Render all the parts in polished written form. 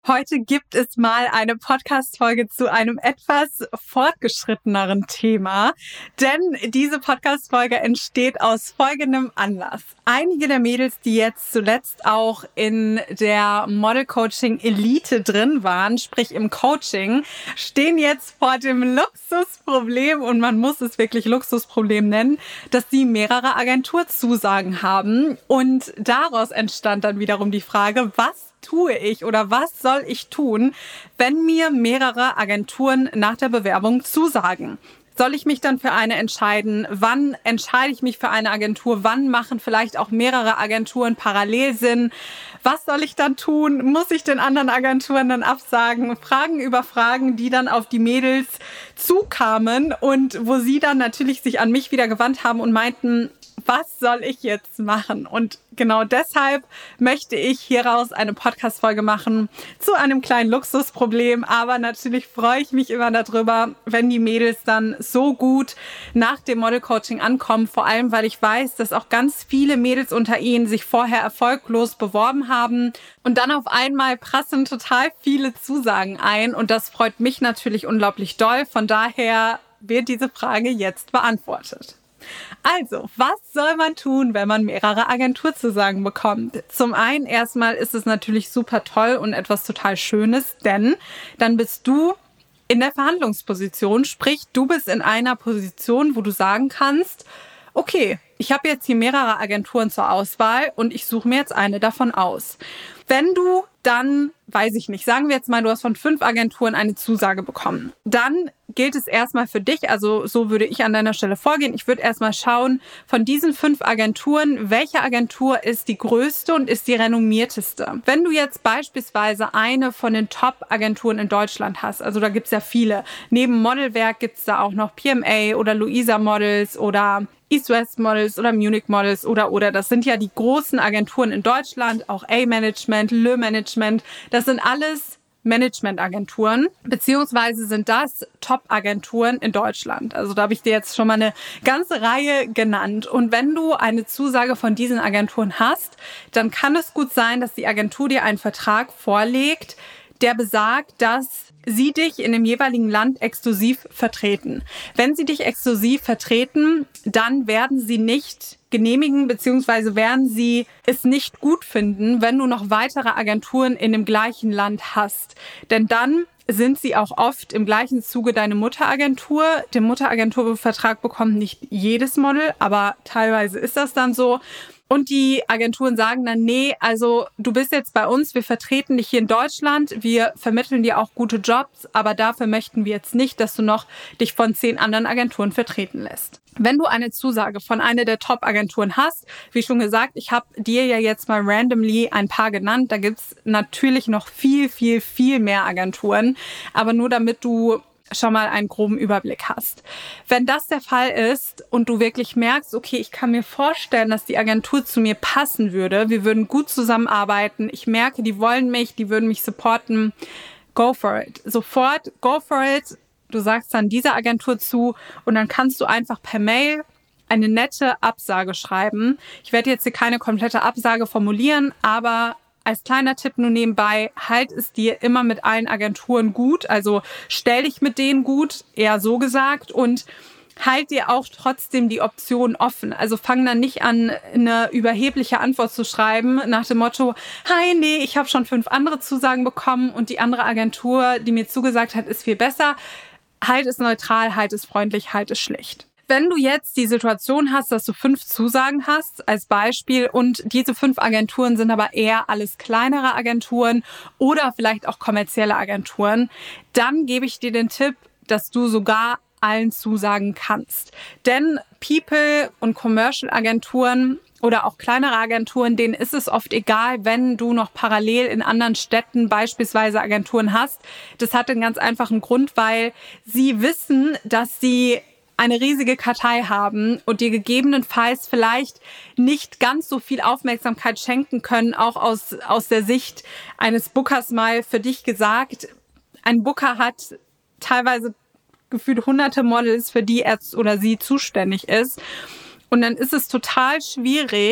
Heute gibt es mal eine Podcast-Folge zu einem etwas fortgeschritteneren Thema, denn diese Podcast-Folge entsteht aus folgendem Anlass. Einige der Mädels, die jetzt zuletzt auch in der Model-Coaching-Elite drin waren, sprich im Coaching, stehen jetzt vor dem Luxusproblem, und man muss es wirklich Luxusproblem nennen, dass sie mehrere Agenturzusagen haben. Und daraus entstand dann wiederum die Frage, was tue ich oder was soll ich tun, wenn mir mehrere Agenturen nach der Bewerbung zusagen? Soll ich mich dann für eine entscheiden? Wann entscheide ich mich für eine Agentur? Wann machen vielleicht auch mehrere Agenturen parallel Sinn? Was soll ich dann tun? Muss ich den anderen Agenturen dann absagen? Fragen über Fragen, die dann auf die Mädels zukamen und wo sie dann natürlich sich an mich wieder gewandt haben und meinten, was soll ich jetzt machen? Und genau deshalb möchte ich hieraus eine Podcast-Folge machen zu einem kleinen Luxusproblem. Aber natürlich freue ich mich immer darüber, wenn die Mädels dann so gut nach dem Model-Coaching ankommen. Vor allem, weil ich weiß, dass auch ganz viele Mädels unter ihnen sich vorher erfolglos beworben haben. Und dann auf einmal prassen total viele Zusagen ein. Und das freut mich natürlich unglaublich doll. Von daher wird diese Frage jetzt beantwortet. Also, was soll man tun, wenn man mehrere Agenturzusagen bekommt? Zum einen erstmal ist es natürlich super toll und etwas total Schönes, denn dann bist du in der Verhandlungsposition, sprich, du bist in einer Position, wo du sagen kannst, okay, ich habe jetzt hier mehrere Agenturen zur Auswahl und ich suche mir jetzt eine davon aus. Wenn du dann, weiß ich nicht, sagen wir jetzt mal, du hast von 5 Agenturen eine Zusage bekommen, dann gilt es erstmal für dich, also so würde ich an deiner Stelle vorgehen. Ich würde erstmal schauen, von diesen 5 Agenturen, welche Agentur ist die größte und ist die renommierteste. Wenn du jetzt beispielsweise eine von den Top-Agenturen in Deutschland hast, also da gibt's ja viele, neben Modelwerk gibt's da auch noch PMA oder Luisa Models oder East West Models oder Munich Models oder. Das sind ja die großen Agenturen in Deutschland, auch A-Management, Le Management. Das sind alles Managementagenturen, beziehungsweise sind das Top-Agenturen in Deutschland. Also da habe ich dir jetzt schon mal eine ganze Reihe genannt. Und wenn du eine Zusage von diesen Agenturen hast, dann kann es gut sein, dass die Agentur dir einen Vertrag vorlegt, der besagt, dass sie dich in dem jeweiligen Land exklusiv vertreten. Wenn sie dich exklusiv vertreten, dann werden sie nicht genehmigen, beziehungsweise werden sie es nicht gut finden, wenn du noch weitere Agenturen in dem gleichen Land hast. Denn dann sind sie auch oft im gleichen Zuge deine Mutteragentur. Den Mutteragenturvertrag bekommt nicht jedes Model, aber teilweise ist das dann so. Und die Agenturen sagen dann, nee, also du bist jetzt bei uns, wir vertreten dich hier in Deutschland, wir vermitteln dir auch gute Jobs, aber dafür möchten wir jetzt nicht, dass du noch dich von 10 anderen Agenturen vertreten lässt. Wenn du eine Zusage von einer der Top-Agenturen hast, wie schon gesagt, ich habe dir ja jetzt mal randomly ein paar genannt, da gibt's natürlich noch viel mehr Agenturen, aber nur damit du schon mal einen groben Überblick hast. Wenn das der Fall ist und du wirklich merkst, okay, ich kann mir vorstellen, dass die Agentur zu mir passen würde, wir würden gut zusammenarbeiten, ich merke, die wollen mich, die würden mich supporten, go for it. Sofort, go for it. Du sagst dann dieser Agentur zu und dann kannst du einfach per Mail eine nette Absage schreiben. Ich werde jetzt hier keine komplette Absage formulieren, aber als kleiner Tipp nur nebenbei, halt es dir immer mit allen Agenturen gut, also stell dich mit denen gut, eher so gesagt, und halt dir auch trotzdem die Option offen. Also fang dann nicht an, eine überhebliche Antwort zu schreiben nach dem Motto, hi, nee, ich habe schon 5 andere Zusagen bekommen und die andere Agentur, die mir zugesagt hat, ist viel besser. Halt es neutral, halt es freundlich, halt es schlicht. Wenn du jetzt die Situation hast, dass du 5 Zusagen hast, als Beispiel, und diese 5 Agenturen sind aber eher alles kleinere Agenturen oder vielleicht auch kommerzielle Agenturen, dann gebe ich dir den Tipp, dass du sogar allen zusagen kannst. Denn People- und Commercial-Agenturen oder auch kleinere Agenturen, denen ist es oft egal, wenn du noch parallel in anderen Städten beispielsweise Agenturen hast. Das hat einen ganz einfachen Grund, weil sie wissen, dass sie eine riesige Kartei haben und dir gegebenenfalls vielleicht nicht ganz so viel Aufmerksamkeit schenken können, auch aus der Sicht eines Bookers mal für dich gesagt. Ein Booker hat teilweise gefühlt hunderte Models, für die er oder sie zuständig ist. Und dann ist es total schwierig,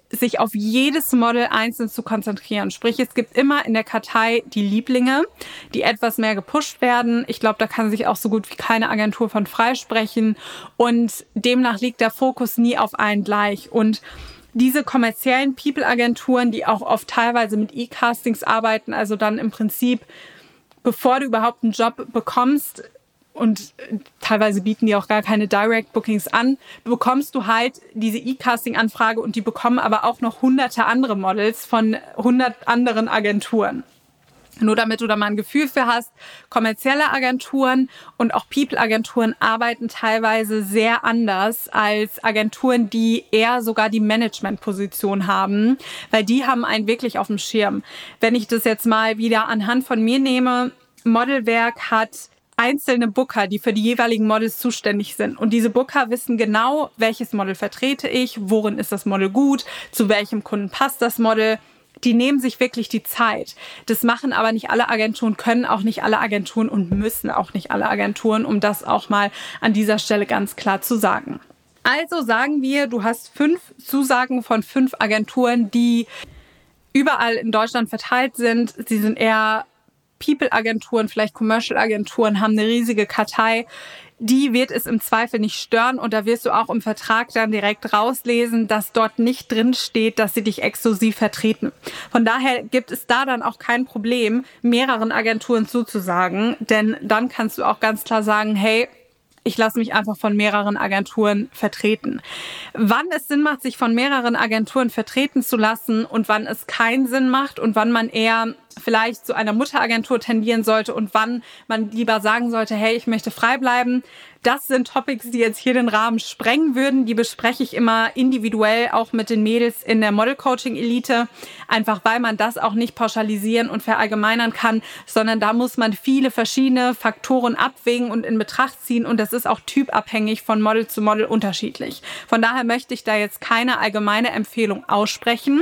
sich auf jedes Model einzeln zu konzentrieren. Sprich, es gibt immer in der Kartei die Lieblinge, die etwas mehr gepusht werden. Ich glaube, da kann sich auch so gut wie keine Agentur von freisprechen. Und demnach liegt der Fokus nie auf allen gleich. Und diese kommerziellen People-Agenturen, die auch oft teilweise mit E-Castings arbeiten, also dann im Prinzip, bevor du überhaupt einen Job bekommst, und teilweise bieten die auch gar keine Direct-Bookings an, bekommst du halt diese E-Casting-Anfrage und die bekommen aber auch noch hunderte andere Models von 100 anderen Agenturen. Nur damit du da mal ein Gefühl für hast, kommerzielle Agenturen und auch People-Agenturen arbeiten teilweise sehr anders als Agenturen, die eher sogar die Management-Position haben, weil die haben einen wirklich auf dem Schirm. Wenn ich das jetzt mal wieder anhand von mir nehme, Modelwerk hat einzelne Booker, die für die jeweiligen Models zuständig sind. Und diese Booker wissen genau, welches Model vertrete ich, worin ist das Model gut, zu welchem Kunden passt das Model. Die nehmen sich wirklich die Zeit. Das machen aber nicht alle Agenturen, können auch nicht alle Agenturen und müssen auch nicht alle Agenturen, um das auch mal an dieser Stelle ganz klar zu sagen. Also sagen wir, du hast 5 Zusagen von 5 Agenturen, die überall in Deutschland verteilt sind. Sie sind eher People-Agenturen, vielleicht Commercial-Agenturen, haben eine riesige Kartei. Die wird es im Zweifel nicht stören und da wirst du auch im Vertrag dann direkt rauslesen, dass dort nicht drin steht, dass sie dich exklusiv vertreten. Von daher gibt es da dann auch kein Problem, mehreren Agenturen zuzusagen, denn dann kannst du auch ganz klar sagen, hey, ich lasse mich einfach von mehreren Agenturen vertreten. Wann es Sinn macht, sich von mehreren Agenturen vertreten zu lassen und wann es keinen Sinn macht und wann man eher vielleicht zu einer Mutteragentur tendieren sollte und wann man lieber sagen sollte, hey, ich möchte frei bleiben. Das sind Topics, die jetzt hier den Rahmen sprengen würden. Die bespreche ich immer individuell auch mit den Mädels in der Model-Coaching-Elite. Einfach weil man das auch nicht pauschalisieren und verallgemeinern kann, sondern da muss man viele verschiedene Faktoren abwägen und in Betracht ziehen. Und das ist auch typabhängig von Model zu Model unterschiedlich. Von daher möchte ich da jetzt keine allgemeine Empfehlung aussprechen.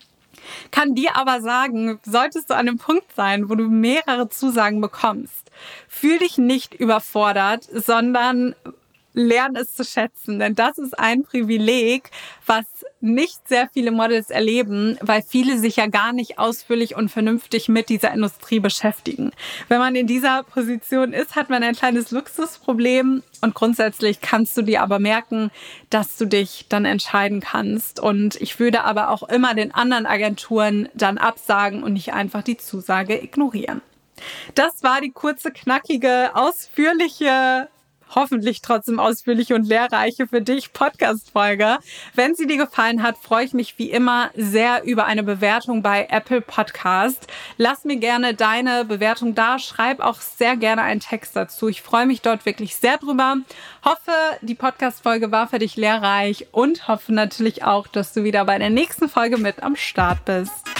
Kann dir aber sagen, solltest du an einem Punkt sein, wo du mehrere Zusagen bekommst, fühl dich nicht überfordert, sondern lern es zu schätzen. Denn das ist ein Privileg, was nicht sehr viele Models erleben, weil viele sich ja gar nicht ausführlich und vernünftig mit dieser Industrie beschäftigen. Wenn man in dieser Position ist, hat man ein kleines Luxusproblem und grundsätzlich kannst du dir aber merken, dass du dich dann entscheiden kannst. Und ich würde aber auch immer den anderen Agenturen dann absagen und nicht einfach die Zusage ignorieren. Das war die kurze, knackige, ausführliche, hoffentlich trotzdem ausführliche und lehrreiche für dich Podcast-Folge. Wenn sie dir gefallen hat, freue ich mich wie immer sehr über eine Bewertung bei Apple Podcast. Lass mir gerne deine Bewertung da. Schreib auch sehr gerne einen Text dazu. Ich freue mich dort wirklich sehr drüber. Hoffe, die Podcast-Folge war für dich lehrreich und hoffe natürlich auch, dass du wieder bei der nächsten Folge mit am Start bist.